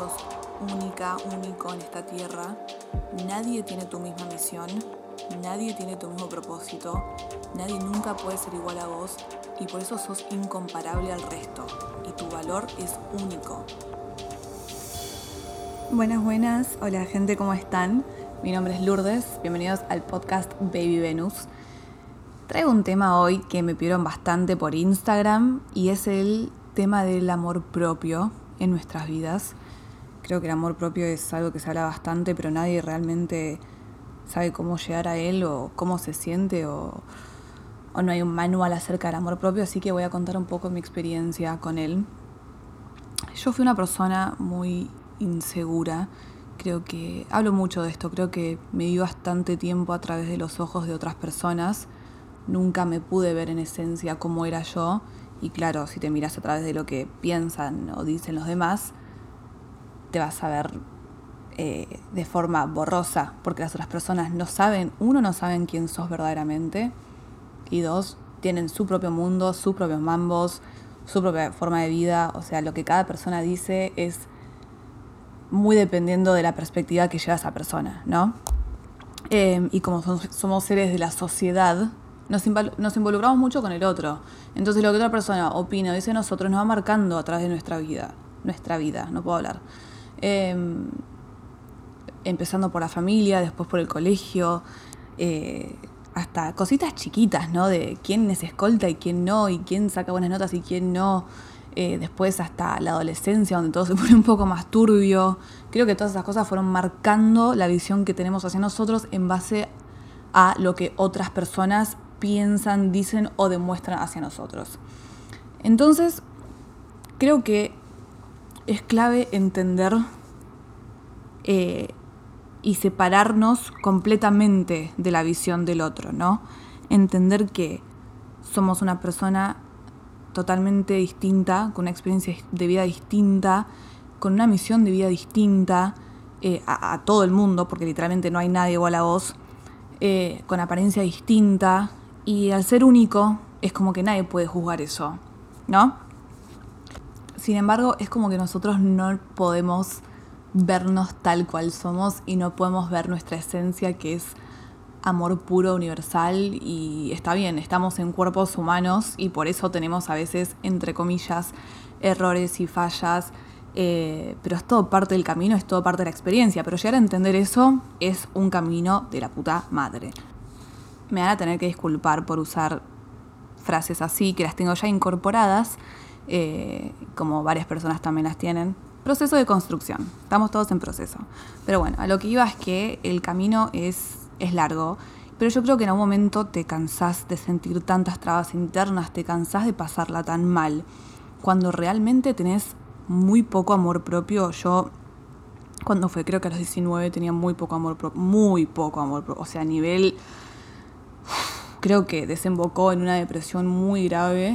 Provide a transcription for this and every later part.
sos única, único en esta tierra. Nadie tiene tu misma misión, nadie tiene tu mismo propósito, nadie nunca puede ser igual a vos y por eso sos incomparable al resto y tu valor es único. Buenas, hola gente, ¿cómo están? Mi nombre es Lourdes, bienvenidos al podcast Baby Venus. Traigo un tema hoy que me pidieron bastante por Instagram y es el tema del amor propio en nuestras vidas. Creo que el amor propio es algo que se habla bastante, pero nadie realmente sabe cómo llegar a él o cómo se siente o no hay un manual acerca del amor propio, así que voy a contar un poco mi experiencia con él. Yo fui una persona muy insegura, creo que hablo mucho de esto, creo que me vi bastante tiempo a través de los ojos de otras personas, nunca me pude ver en esencia cómo era yo y claro, si te miras a través de lo que piensan o dicen los demás, te vas a ver de forma borrosa, porque las otras personas no saben quién sos verdaderamente y dos, tienen su propio mundo, sus propios mambos, su propia forma de vida, o sea, lo que cada persona dice es muy dependiendo de la perspectiva que lleva esa persona, ¿no? Y como somos seres de la sociedad, nos involucramos mucho con el otro. Entonces lo que otra persona opina o dice de nosotros nos va marcando a través de nuestra vida, no puedo hablar. Empezando por la familia, después por el colegio, hasta cositas chiquitas, ¿no? De quién es escolta y quién no, y quién saca buenas notas y quién no. Después hasta la adolescencia, donde todo se pone un poco más turbio. Creo que todas esas cosas fueron marcando la visión que tenemos hacia nosotros en base a lo que otras personas piensan, dicen o demuestran hacia nosotros. Entonces, creo que es clave entender y separarnos completamente de la visión del otro, ¿no? Entender que somos una persona totalmente distinta, con una experiencia de vida distinta, con una misión de vida distinta a todo el mundo, porque literalmente no hay nadie igual a vos, con apariencia distinta, y al ser único es como que nadie puede juzgar eso, ¿no? Sin embargo, es como que nosotros no podemos vernos tal cual somos y no podemos ver nuestra esencia, que es amor puro, universal, y está bien, estamos en cuerpos humanos y por eso tenemos a veces, entre comillas, errores y fallas, pero es todo parte del camino, es todo parte de la experiencia, pero llegar a entender eso es un camino de la puta madre. Me van a tener que disculpar por usar frases así, que las tengo ya incorporadas, como varias personas también las tienen. Proceso de construcción, estamos todos en proceso. Pero bueno, a lo que iba es que el camino es largo, pero yo creo que en algún momento te cansás de sentir tantas trabas internas, te cansás de pasarla tan mal, cuando realmente tenés muy poco amor propio. Yo, cuando fue, creo que a los 19 tenía muy poco amor propio, o sea, a nivel, creo que desembocó en una depresión muy grave,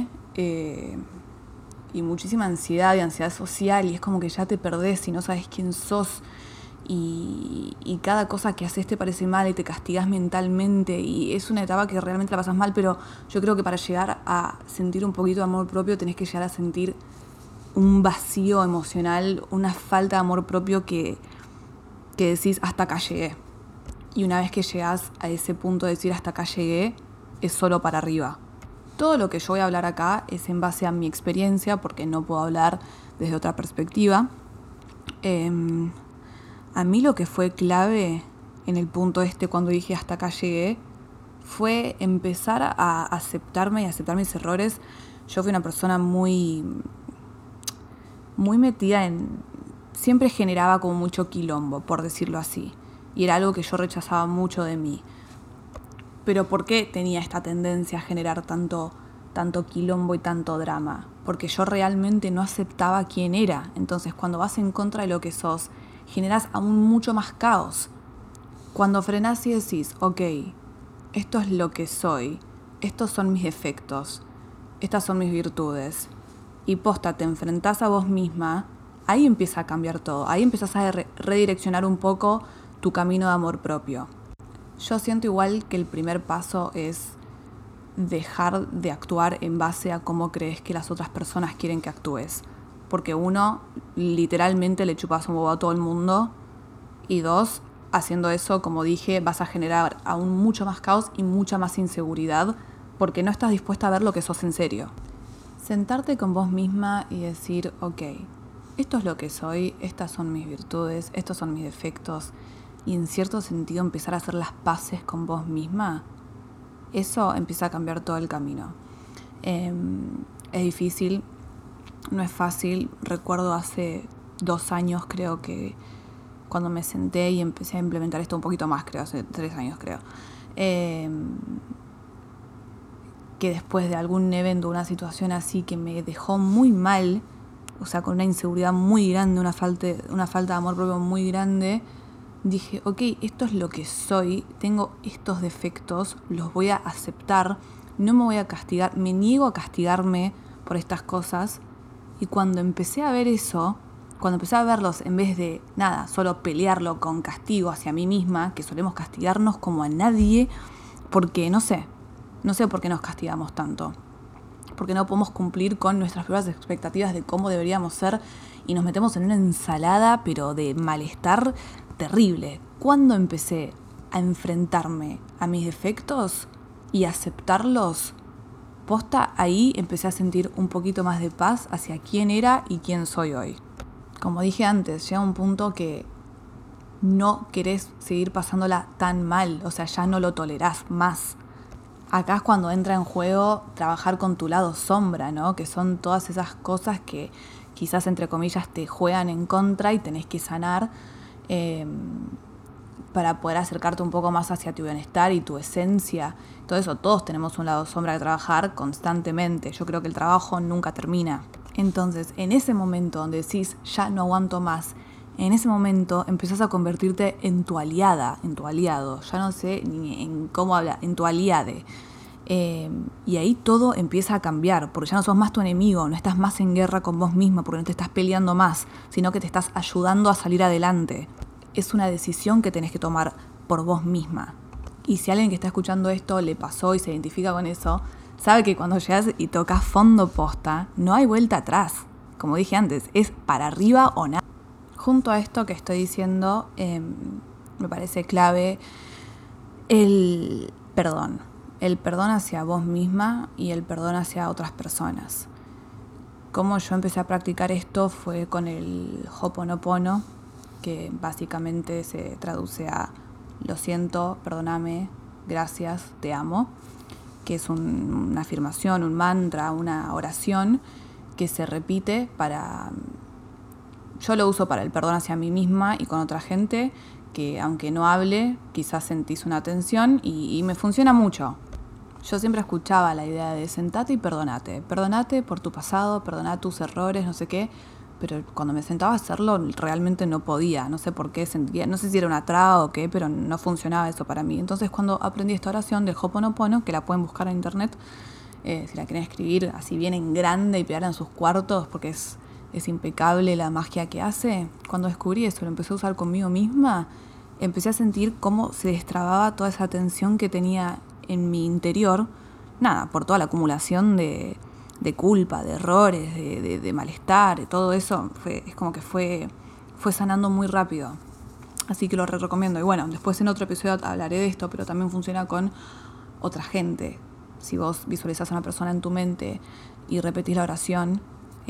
y muchísima ansiedad y ansiedad social, y es como que ya te perdés y no sabes quién sos, y cada cosa que haces te parece mal y te castigas mentalmente, y es una etapa que realmente la pasas mal, pero yo creo que para llegar a sentir un poquito de amor propio tenés que llegar a sentir un vacío emocional, una falta de amor propio que decís hasta acá llegué, y una vez que llegás a ese punto de decir hasta acá llegué, es solo para arriba. Todo lo que yo voy a hablar acá es en base a mi experiencia, porque no puedo hablar desde otra perspectiva. A mí lo que fue clave en el punto cuando dije hasta acá llegué, fue empezar a aceptarme y aceptar mis errores. Yo fui una persona muy metida siempre generaba como mucho quilombo, por decirlo así. Y era algo que yo rechazaba mucho de mí. Pero ¿por qué tenía esta tendencia a generar tanto quilombo y tanto drama? Porque yo realmente no aceptaba quién era. Entonces, cuando vas en contra de lo que sos, generas aún mucho más caos. Cuando frenás y decís, ok, esto es lo que soy, estos son mis defectos, estas son mis virtudes, y posta, te enfrentás a vos misma, ahí empieza a cambiar todo. Ahí empezás a redireccionar un poco tu camino de amor propio. Yo siento igual que el primer paso es dejar de actuar en base a cómo crees que las otras personas quieren que actúes. porque 1, literalmente le chupas un bobo a todo el mundo, y 2, haciendo eso, como dije, vas a generar aún mucho más caos y mucha más inseguridad, porque no estás dispuesta a ver lo que sos en serio. Sentarte con vos misma y decir, ok, esto es lo que soy, estas son mis virtudes, estos son mis defectos, y en cierto sentido empezar a hacer las paces con vos misma, eso empieza a cambiar todo el camino. Es difícil, no es fácil. Recuerdo hace 2 años, creo que cuando me senté y empecé a implementar esto un poquito más, creo, hace 3 años creo, que después de algún evento, una situación así que me dejó muy mal, o sea, con una inseguridad muy grande, una falta de amor propio muy grande, dije, ok, esto es lo que soy, tengo estos defectos, los voy a aceptar, no me voy a castigar, me niego a castigarme por estas cosas. Y cuando empecé a ver eso, cuando empecé a verlos en vez de nada, solo pelearlo con castigo hacia mí misma, que solemos castigarnos como a nadie, porque no sé por qué nos castigamos tanto. Porque no podemos cumplir con nuestras propias expectativas de cómo deberíamos ser y nos metemos en una ensalada, pero de malestar terrible. Cuando empecé a enfrentarme a mis defectos y aceptarlos, posta, ahí empecé a sentir un poquito más de paz hacia quién era y quién soy hoy. Como dije antes, llega un punto que no querés seguir pasándola tan mal, o sea, ya no lo tolerás más. Acá es cuando entra en juego trabajar con tu lado sombra, ¿no? Que son todas esas cosas que quizás, entre comillas, te juegan en contra y tenés que sanar para poder acercarte un poco más hacia tu bienestar y tu esencia. Todo eso, todos tenemos un lado sombra que trabajar constantemente. Yo creo que el trabajo nunca termina. Entonces, en ese momento donde decís, ya no aguanto más, en ese momento empezás a convertirte en tu aliada, en tu aliado. Ya no sé ni en cómo hablar, en tu aliade. Y ahí todo empieza a cambiar, porque ya no sos más tu enemigo, no estás más en guerra con vos misma, porque no te estás peleando más, sino que te estás ayudando a salir adelante. Es una decisión que tenés que tomar por vos misma. Y si a alguien que está escuchando esto le pasó y se identifica con eso, sabe que cuando llegas y tocas fondo posta, no hay vuelta atrás. Como dije antes, es para arriba o nada. Junto a esto que estoy diciendo, me parece clave el perdón. El perdón hacia vos misma y el perdón hacia otras personas. Cómo yo empecé a practicar esto fue con el Ho'oponopono, que básicamente se traduce a lo siento, perdóname, gracias, te amo, que es una afirmación, un mantra, una oración que se repite para... Yo lo uso para el perdón hacia mí misma y con otra gente, que aunque no hable, quizás sentís una tensión y me funciona mucho. Yo siempre escuchaba la idea de sentate y perdonate. Perdonate por tu pasado, perdoná tus errores, no sé qué. Pero cuando me sentaba a hacerlo realmente no podía. No sé por qué sentía, no sé si era una traba o qué, pero no funcionaba eso para mí. Entonces cuando aprendí esta oración del Ho'oponopono, que la pueden buscar en internet, si la quieren escribir así bien en grande y pegar en sus cuartos, porque es impecable la magia que hace. Cuando descubrí eso, lo empecé a usar conmigo misma, empecé a sentir cómo se destrababa toda esa tensión que tenía en mi interior, nada, por toda la acumulación de culpa, de errores, de malestar, de todo eso. Es como que fue sanando muy rápido. Así que lo recomiendo. Y bueno, después en otro episodio hablaré de esto, pero también funciona con otra gente. Si vos visualizás a una persona en tu mente y repetís la oración,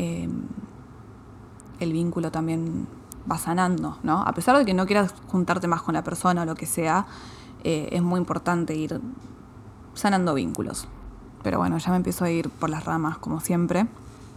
el vínculo también va sanando, ¿no? A pesar de que no quieras juntarte más con la persona o lo que sea, es muy importante ir sanando vínculos. Pero bueno, ya me empiezo a ir por las ramas, como siempre.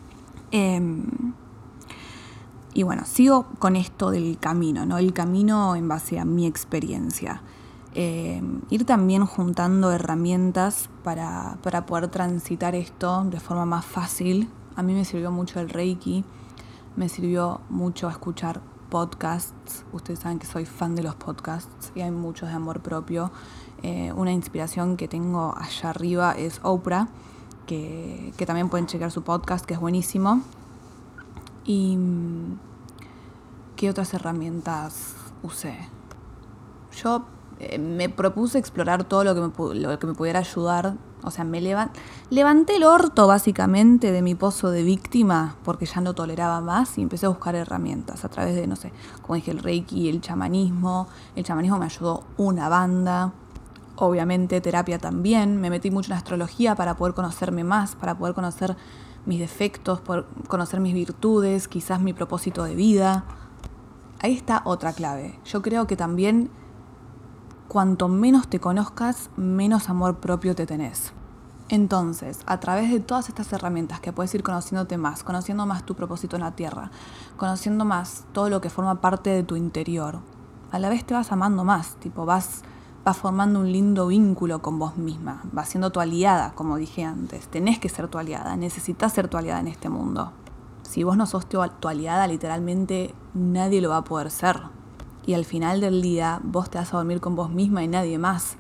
Y bueno, sigo con esto del camino, ¿no? El camino en base a mi experiencia. Ir también juntando herramientas para poder transitar esto de forma más fácil. A mí me sirvió mucho el Reiki, me sirvió mucho escuchar podcasts. Ustedes saben que soy fan de los podcasts y hay muchos de amor propio. Una inspiración que tengo allá arriba es Oprah, que también pueden checar su podcast, que es buenísimo. Y ¿qué otras herramientas usé? Yo me propuse explorar todo lo que me pudiera ayudar O sea, levanté el orto básicamente de mi pozo de víctima porque ya no toleraba más y empecé a buscar herramientas a través de, no sé, como dije, el reiki, el chamanismo. El chamanismo me ayudó una banda. Obviamente terapia también. Me metí mucho en astrología para poder conocerme más, para poder conocer mis defectos, poder conocer mis virtudes, quizás mi propósito de vida. Ahí está otra clave. Yo creo que también cuanto menos te conozcas, menos amor propio te tenés. Entonces, a través de todas estas herramientas que puedes ir conociéndote más, conociendo más tu propósito en la tierra, conociendo más todo lo que forma parte de tu interior, a la vez te vas amando más, tipo vas formando un lindo vínculo con vos misma, vas siendo tu aliada, como dije antes. Tenés que ser tu aliada, necesitas ser tu aliada en este mundo. Si vos no sos tu aliada, literalmente nadie lo va a poder ser. Y al final del día, vos te vas a dormir con vos misma y nadie más.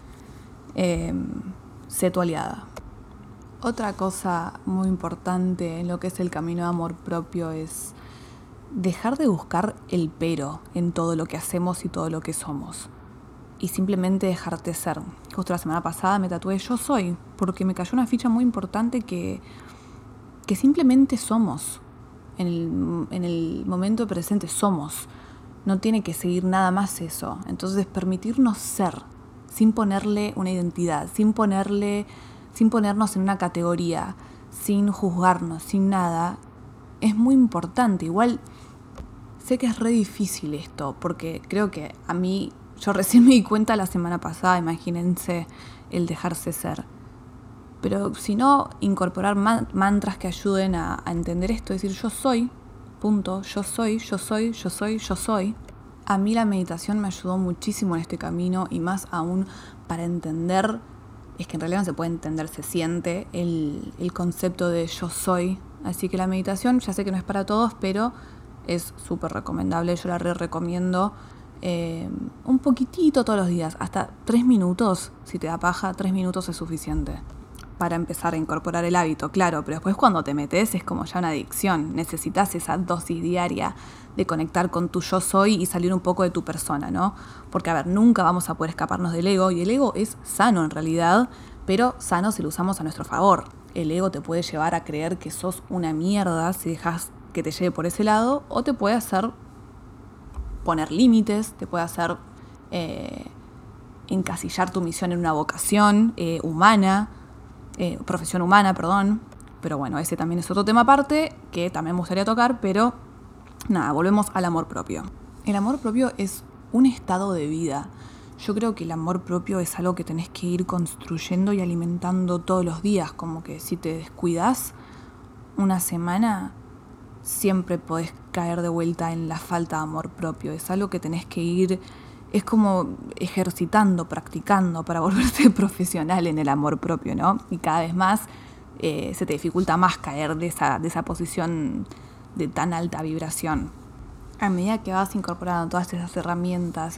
Sé tu aliada. Otra cosa muy importante en lo que es el camino de amor propio es dejar de buscar el pero en todo lo que hacemos y todo lo que somos. Y simplemente dejarte ser. Justo la semana pasada me tatué yo soy, porque me cayó una ficha muy importante que simplemente somos. En el momento presente somos. No tiene que seguir nada más eso. Entonces permitirnos ser, sin ponerle una identidad, sin ponernos en una categoría, sin juzgarnos, sin nada, es muy importante. Igual sé que es re difícil esto, porque creo que a mí, yo recién me di cuenta la semana pasada, imagínense el dejarse ser. Pero si no, incorporar mantras que ayuden a entender esto, decir yo soy, punto, yo soy. A mí la meditación me ayudó muchísimo en este camino y más aún para entender, es que en realidad no se puede entender, se siente el concepto de yo soy. Así que la meditación, ya sé que no es para todos, pero es súper recomendable, yo la recomiendo un poquitito todos los días, hasta 3 minutos, si te da paja, 3 minutos es suficiente para empezar a incorporar el hábito, claro, pero después cuando te metes es como ya una adicción, necesitas esa dosis diaria de conectar con tu yo soy y salir un poco de tu persona, ¿no? Porque, a ver, nunca vamos a poder escaparnos del ego, y el ego es sano en realidad, pero sano si lo usamos a nuestro favor. El ego te puede llevar a creer que sos una mierda si dejas que te lleve por ese lado, o te puede hacer poner límites, te puede hacer encasillar tu misión en una vocación profesión humana, pero bueno, ese también es otro tema aparte que también me gustaría tocar, pero nada, volvemos al amor propio. El amor propio es un estado de vida. Yo creo que el amor propio es algo que tenés que ir construyendo y alimentando todos los días, como que si te descuidás una semana, siempre podés caer de vuelta en la falta de amor propio. Es algo que tenés que ir, es como ejercitando, practicando para volverte profesional en el amor propio, ¿no? Y cada vez más se te dificulta más caer de esa posición de tan alta vibración. A medida que vas incorporando todas esas herramientas,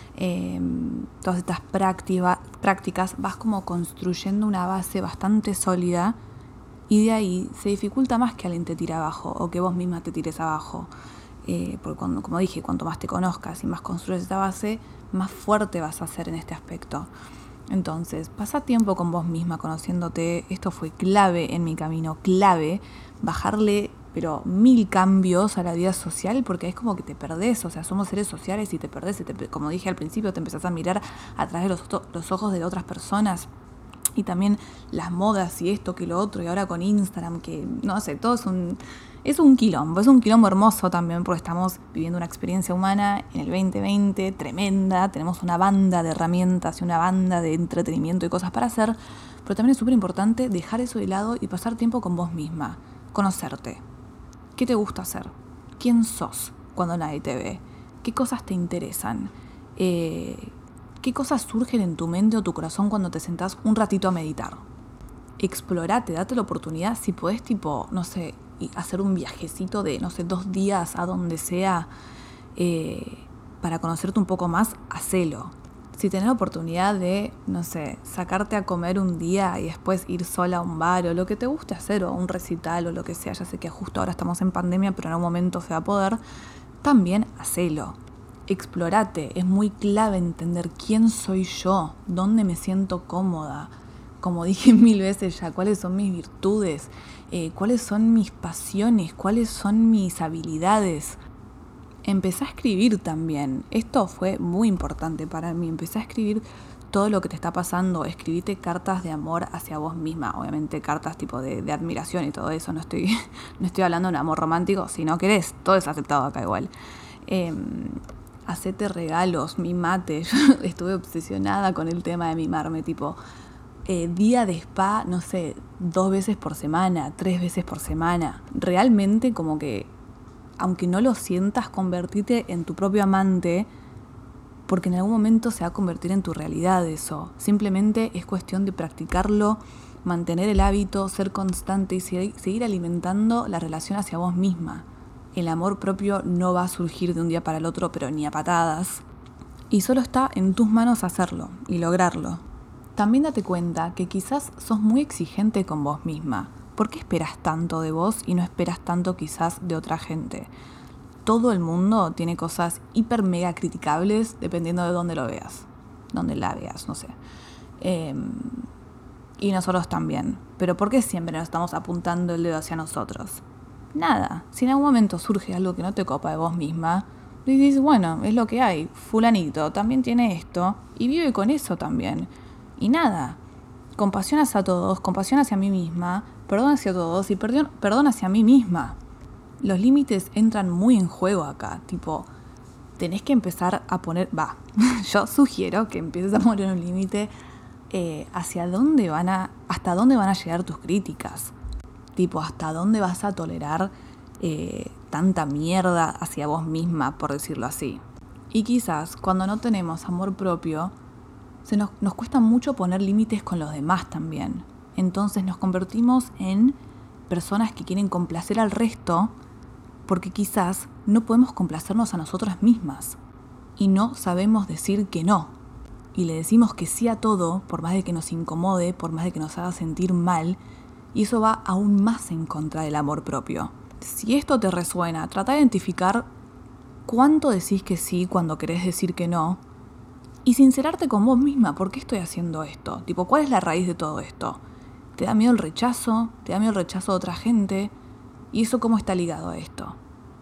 todas estas prácticas, vas como construyendo una base bastante sólida, y de ahí se dificulta más que alguien te tire abajo o que vos misma te tires abajo. Porque como dije, cuanto más te conozcas y más construyes esta base, más fuerte vas a ser en este aspecto. Entonces, pasa tiempo con vos misma, conociéndote. Esto fue clave en mi camino, clave, bajarle pero 1000 cambios a la vida social, porque es como que te perdés, o sea, somos seres sociales y te perdés, como dije al principio, te empezás a mirar a través de los ojos de otras personas. Y también las modas y esto que lo otro, y ahora con Instagram, que no sé, todo es un quilombo hermoso también, porque estamos viviendo una experiencia humana en el 2020 tremenda, tenemos una banda de herramientas y una banda de entretenimiento y cosas para hacer, pero también es súper importante dejar eso de lado y pasar tiempo con vos misma, conocerte. ¿Qué te gusta hacer? ¿Quién sos cuando nadie te ve? ¿Qué cosas te interesan? ¿Qué cosas surgen en tu mente o tu corazón cuando te sentás un ratito a meditar? Explorate, date la oportunidad, si podés, tipo, no sé, hacer un viajecito de, no sé, 2 días a donde sea, para conocerte un poco más, hacelo. Si tenés la oportunidad de, no sé, sacarte a comer un día y después ir sola a un bar o lo que te guste hacer, o a un recital o lo que sea, ya sé que justo ahora estamos en pandemia, pero en algún momento se va a poder, también hacelo. Explorate, es muy clave entender quién soy yo, dónde me siento cómoda, como dije 1000 veces ya, cuáles son mis virtudes, cuáles son mis pasiones, cuáles son mis habilidades. Empecé a escribir también. Esto fue muy importante para mí. Empecé a escribir todo lo que te está pasando. Escribite cartas de amor hacia vos misma. Obviamente cartas tipo de admiración y todo eso. No estoy hablando de un amor romántico. Si no querés, todo es aceptado acá igual. Hacete regalos, mimate. Yo estuve obsesionada con el tema de mimarme. Tipo, día de spa, no sé, 2 veces por semana, 3 veces por semana. Realmente como que, aunque no lo sientas, convertirte en tu propio amante, porque en algún momento se va a convertir en tu realidad eso. Simplemente es cuestión de practicarlo, mantener el hábito, ser constante y seguir alimentando la relación hacia vos misma. El amor propio no va a surgir de un día para el otro, pero ni a patadas. Y solo está en tus manos hacerlo y lograrlo. También date cuenta que quizás sos muy exigente con vos misma. ¿Por qué esperas tanto de vos y no esperas tanto quizás de otra gente? Todo el mundo tiene cosas hiper mega criticables dependiendo de dónde lo veas. Dónde la veas, no sé. Y nosotros también. Pero ¿por qué siempre nos estamos apuntando el dedo hacia nosotros? Nada. Si en algún momento surge algo que no te copa de vos misma, dices, bueno, es lo que hay. Fulanito también tiene esto y vive con eso también. Y nada. Compasión hacia todos, compasión hacia mí misma, perdón hacia todos y perdón hacia mí misma. Los límites entran muy en juego acá, tipo, tenés que empezar a poner, yo sugiero que empieces a poner un límite hasta dónde van a llegar tus críticas, tipo, hasta dónde vas a tolerar tanta mierda hacia vos misma, por decirlo así. Y quizás cuando no tenemos amor propio, nos cuesta mucho poner límites con los demás también. Entonces nos convertimos en personas que quieren complacer al resto porque quizás no podemos complacernos a nosotras mismas y no sabemos decir que no. Y le decimos que sí a todo, por más de que nos incomode, por más de que nos haga sentir mal, y eso va aún más en contra del amor propio. Si esto te resuena, trata de identificar cuánto decís que sí cuando querés decir que no, y sincerarte con vos misma. ¿Por qué estoy haciendo esto? Tipo, ¿cuál es la raíz de todo esto? ¿Te da miedo el rechazo? ¿Te da miedo el rechazo de otra gente? ¿Y eso cómo está ligado a esto?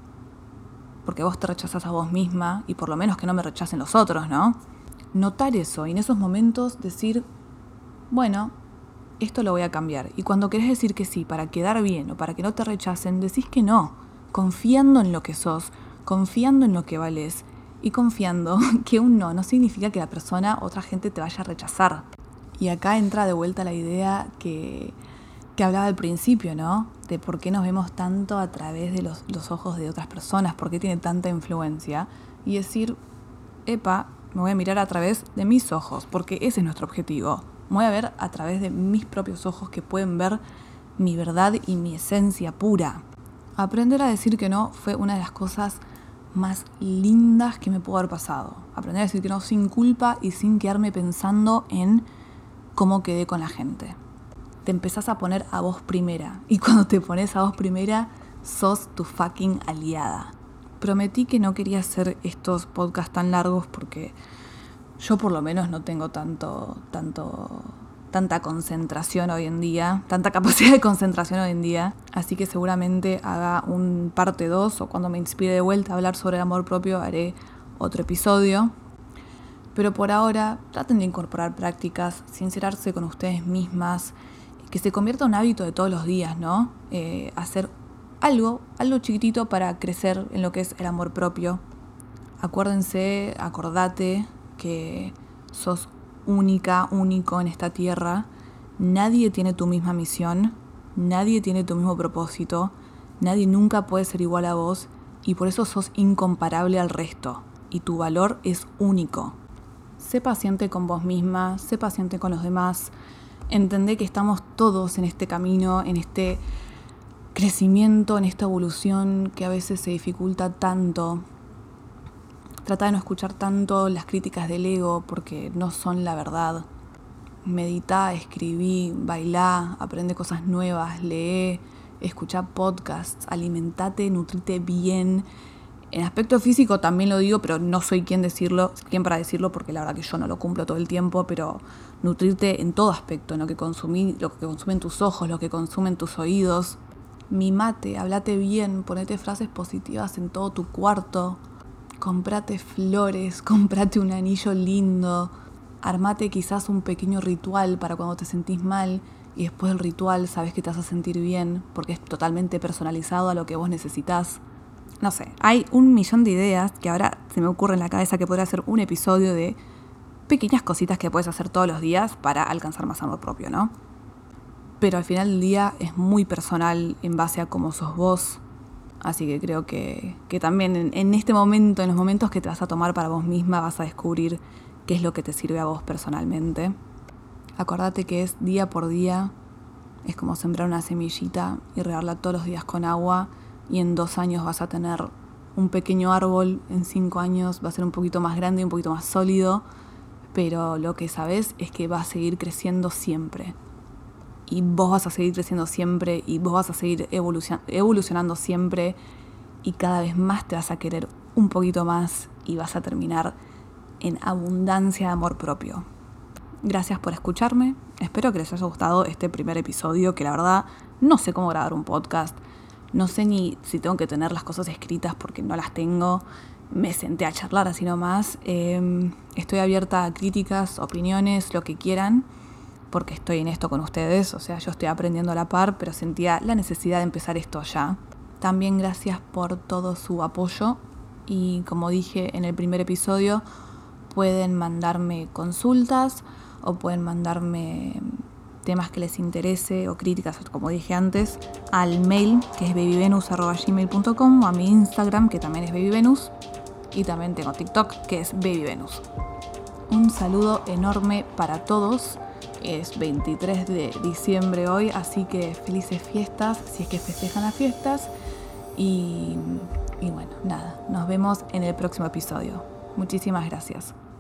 Porque vos te rechazás a vos misma y por lo menos que no me rechacen los otros, ¿no? Notar eso y en esos momentos decir, bueno, esto lo voy a cambiar. Y cuando querés decir que sí para quedar bien o para que no te rechacen, decís que no, confiando en lo que sos, confiando en lo que valés y confiando que un no significa que la persona, otra gente te vaya a rechazar. Y acá entra de vuelta la idea que hablaba al principio, ¿no? De por qué nos vemos tanto a través de los ojos de otras personas, por qué tiene tanta influencia. Y decir, epa, me voy a mirar a través de mis ojos, porque ese es nuestro objetivo. Me voy a ver a través de mis propios ojos que pueden ver mi verdad y mi esencia pura. Aprender a decir que no fue una de las cosas más lindas que me pudo haber pasado. Aprender a decir que no sin culpa y sin quedarme pensando en cómo quedé con la gente. Te empezás a poner a vos primera. Y cuando te pones a vos primera, sos tu fucking aliada. Prometí que no quería hacer estos podcasts tan largos porque yo por lo menos no tengo tanta concentración hoy en día, tanta capacidad de concentración hoy en día. Así que seguramente haga un parte 2 o cuando me inspire de vuelta a hablar sobre el amor propio haré otro episodio. Pero por ahora traten de incorporar prácticas, sincerarse con ustedes mismas, que se convierta en un hábito de todos los días, ¿no? Hacer algo chiquitito para crecer en lo que es el amor propio. Acordate que sos único en esta tierra. Nadie tiene tu misma misión, nadie tiene tu mismo propósito, nadie nunca puede ser igual a vos y por eso sos incomparable al resto y tu valor es único. Sé paciente con vos misma, sé paciente con los demás. Entendé que estamos todos en este camino, en este crecimiento, en esta evolución que a veces se dificulta tanto. Trata de no escuchar tanto las críticas del ego porque no son la verdad. Meditá, escribí, bailá, aprende cosas nuevas, lee, escuchá podcasts, alimentate, nutrite bien. En aspecto físico también lo digo, pero no soy quien para decirlo, porque la verdad que yo no lo cumplo todo el tiempo, pero nutrirte en todo aspecto, en lo que consumen tus ojos, lo que consumen tus oídos. Mimate, hablate bien, ponete frases positivas en todo tu cuarto, comprate flores, comprate un anillo lindo, armate quizás un pequeño ritual para cuando te sentís mal y después del ritual sabes que te vas a sentir bien porque es totalmente personalizado a lo que vos necesitás. No sé, hay un millón de ideas que ahora se me ocurre en la cabeza que podría ser un episodio de pequeñas cositas que puedes hacer todos los días para alcanzar más amor propio, ¿no? Pero al final del día es muy personal en base a cómo sos vos. Así que creo que también en este momento, en los momentos que te vas a tomar para vos misma, vas a descubrir qué es lo que te sirve a vos personalmente. Acordate que es día por día, es como sembrar una semillita y regarla todos los días con agua, y en 2 años vas a tener un pequeño árbol, en 5 años va a ser un poquito más grande y un poquito más sólido, pero lo que sabes es que va a seguir creciendo siempre. Y vos vas a seguir creciendo siempre y vos vas a seguir evolucionando siempre y cada vez más te vas a querer un poquito más y vas a terminar en abundancia de amor propio. Gracias por escucharme, espero que les haya gustado este primer episodio, que la verdad no sé cómo grabar un podcast, no sé ni si tengo que tener las cosas escritas porque no las tengo, me senté a charlar así nomás. Estoy abierta a críticas, opiniones, lo que quieran, porque estoy en esto con ustedes, o sea, yo estoy aprendiendo a la par, pero sentía la necesidad de empezar esto ya. También gracias por todo su apoyo y como dije en el primer episodio, pueden mandarme consultas o pueden mandarme temas que les interese o críticas, como dije antes, al mail que es babyvenus@gmail.com o a mi Instagram que también es babyvenus y también tengo TikTok que es babyvenus. Un saludo enorme para todos. Es 23 de diciembre hoy, así que felices fiestas, si es que festejan las fiestas. Y bueno, nada, nos vemos en el próximo episodio. Muchísimas gracias.